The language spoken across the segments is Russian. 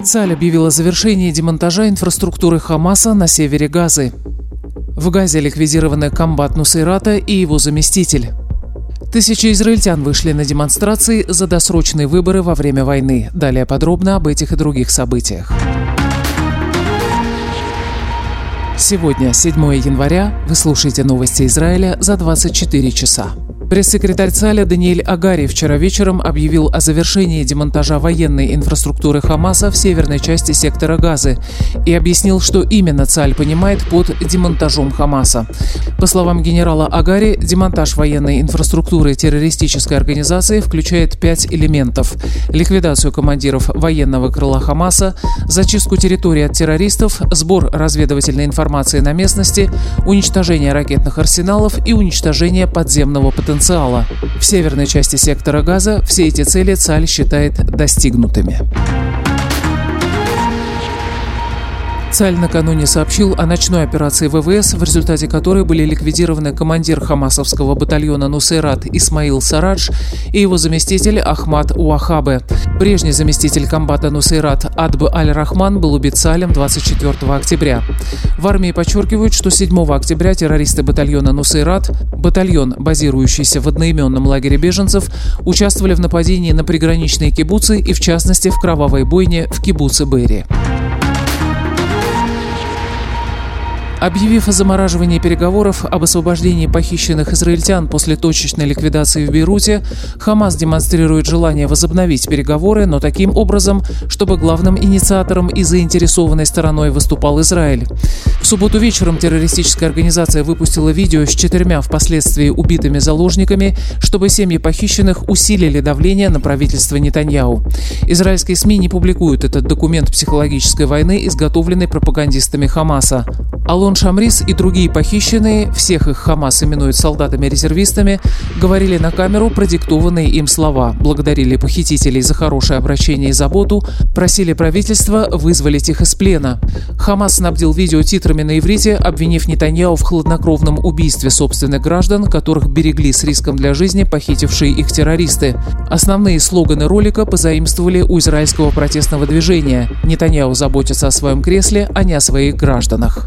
Цаль объявила завершение демонтажа инфраструктуры Хамаса на севере Газы. В Газе ликвидированы комбат Нусейрата и его заместитель. Тысячи израильтян вышли на демонстрации за досрочные выборы во время войны. Далее подробно об этих и других событиях. Сегодня, 7 января, вы слушаете новости Израиля за 24 часа. Пресс-секретарь Цаля Даниэль Агари вчера вечером объявил о завершении демонтажа военной инфраструктуры Хамаса в северной части сектора Газы и объяснил, что именно Цаль понимает под демонтажом Хамаса. По словам генерала Агари, демонтаж военной инфраструктуры террористической организации включает 5 элементов: ликвидацию командиров военного крыла Хамаса, зачистку территории от террористов, сбор разведывательной информации на местности, уничтожение ракетных арсеналов и уничтожение подземного потенциала. В северной части сектора Газа все эти цели Цаль считает достигнутыми. Цаль накануне сообщил о ночной операции ВВС, в результате которой были ликвидированы командир хамасовского батальона Нусейрат Исмаил Сарадж и его заместитель Ахмад Уахабе. Прежний заместитель комбата Нусейрат Адб Аль-Рахман был убит Цалем 24 октября. В армии подчеркивают, что 7 октября террористы батальона Нусейрат, батальон, базирующийся в одноименном лагере беженцев, участвовали в нападении на приграничные кибуцы и, в частности, в кровавой бойне в кибуце Бери. Объявив о замораживании переговоров об освобождении похищенных израильтян после точечной ликвидации в Бейруте, Хамас демонстрирует желание возобновить переговоры, но таким образом, чтобы главным инициатором и заинтересованной стороной выступал Израиль. В субботу вечером террористическая организация выпустила видео с 4 впоследствии убитыми заложниками, чтобы семьи похищенных усилили давление на правительство Нетаньяху. Израильские СМИ не публикуют этот документ психологической войны, изготовленный пропагандистами Хамаса. Алон Шамрис и другие похищенные, всех их Хамас именует солдатами-резервистами, говорили на камеру продиктованные им слова, благодарили похитителей за хорошее обращение и заботу, просили правительство вызволить их из плена. Хамас снабдил видео титрами на иврите, обвинив Нетаньяху в хладнокровном убийстве собственных граждан, которых берегли с риском для жизни похитившие их террористы. Основные слоганы ролика позаимствовали у израильского протестного движения: «Нетаньяху заботится о своем кресле, а не о своих гражданах».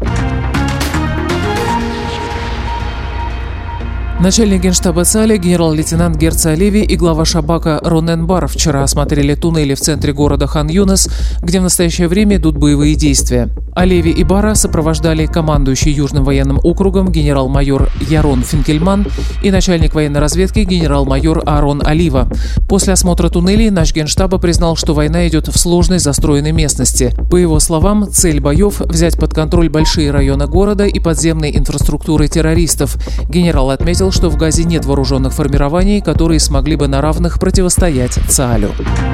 Начальник генштаба Цаля генерал-лейтенант Герци Алеви и глава Шабака Ронен Бар вчера осмотрели туннели в центре города Хан-Юнес, где в настоящее время идут боевые действия. Алеви и Бара сопровождали командующий Южным военным округом генерал-майор Ярон Финкельман и начальник военной разведки генерал-майор Аарон Олива. После осмотра туннелей наш генштаба признал, что война идет в сложной застроенной местности. По его словам, цель боев – взять под контроль большие районы города и подземной инфраструктуры террористов. Генерал отметил, что в Газе нет вооруженных формирований, которые смогли бы на равных противостоять Цаалю.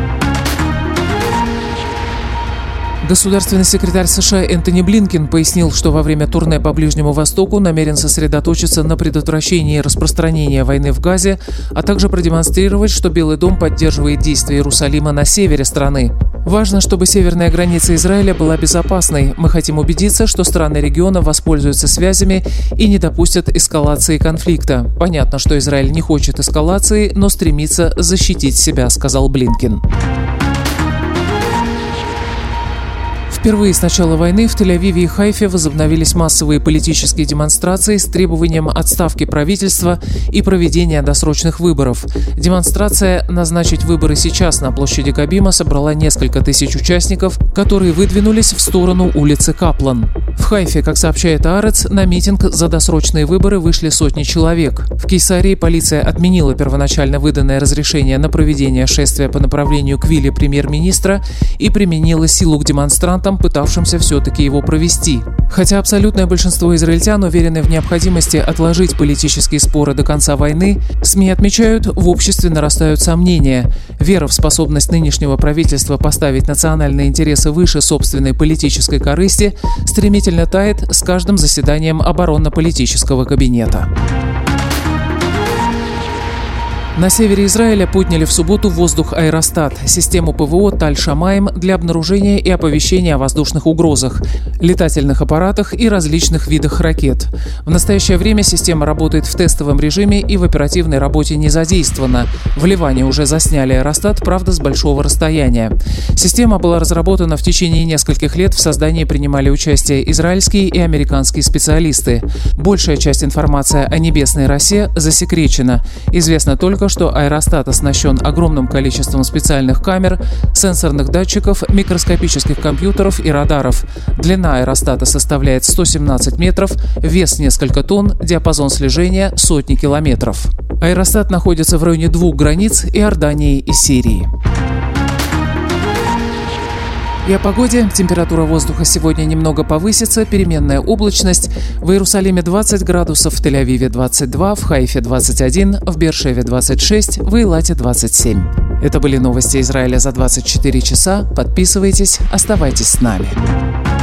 Государственный секретарь США Энтони Блинкен пояснил, что во время турне по Ближнему Востоку намерен сосредоточиться на предотвращении распространения войны в Газе, а также продемонстрировать, что Белый дом поддерживает действия Иерусалима на севере страны. Важно, чтобы северная граница Израиля была безопасной. Мы хотим убедиться, что страны региона воспользуются связями и не допустят эскалации конфликта. Понятно, что Израиль не хочет эскалации, но стремится защитить себя, сказал Блинкен. Впервые с начала войны в Тель-Авиве и Хайфе возобновились массовые политические демонстрации с требованием отставки правительства и проведения досрочных выборов. Демонстрация «Назначить выборы сейчас» на площади Кабима собрала несколько тысяч участников, которые выдвинулись в сторону улицы Каплан. В Хайфе, как сообщает Аарец, на митинг за досрочные выборы вышли сотни человек. В Кейсарии полиция отменила первоначально выданное разрешение на проведение шествия по направлению к вилле премьер-министра и применила силу к демонстрантам, пытавшимся все-таки его провести. Хотя абсолютное большинство израильтян уверены в необходимости отложить политические споры до конца войны, СМИ отмечают, в обществе нарастают сомнения. Вера в способность нынешнего правительства поставить национальные интересы выше собственной политической корысти стремительно тает с каждым заседанием оборонно-политического кабинета. На севере Израиля подняли в субботу в воздух аэростат, систему ПВО Таль-Шамаим для обнаружения и оповещения о воздушных угрозах, летательных аппаратах и различных видах ракет. В настоящее время система работает в тестовом режиме и в оперативной работе не задействована. В Ливане уже засняли аэростат, правда, с большого расстояния. Система была разработана в течение нескольких лет, в создании принимали участие израильские и американские специалисты. Большая часть информации о небесной росе засекречена. Известно только, что аэростат оснащен огромным количеством специальных камер, сенсорных датчиков, микроскопических компьютеров и радаров. Длина аэростата составляет 117 метров, вес несколько тонн, диапазон слежения сотни километров. Аэростат находится в районе двух границ – Иордании и Сирии. И о погоде. Температура воздуха сегодня немного повысится, переменная облачность. В Иерусалиме 20 градусов, в Тель-Авиве 22, в Хайфе 21, в Беэр-Шеве 26, в Эйлате 27. Это были новости Израиля за 24 часа. Подписывайтесь, оставайтесь с нами.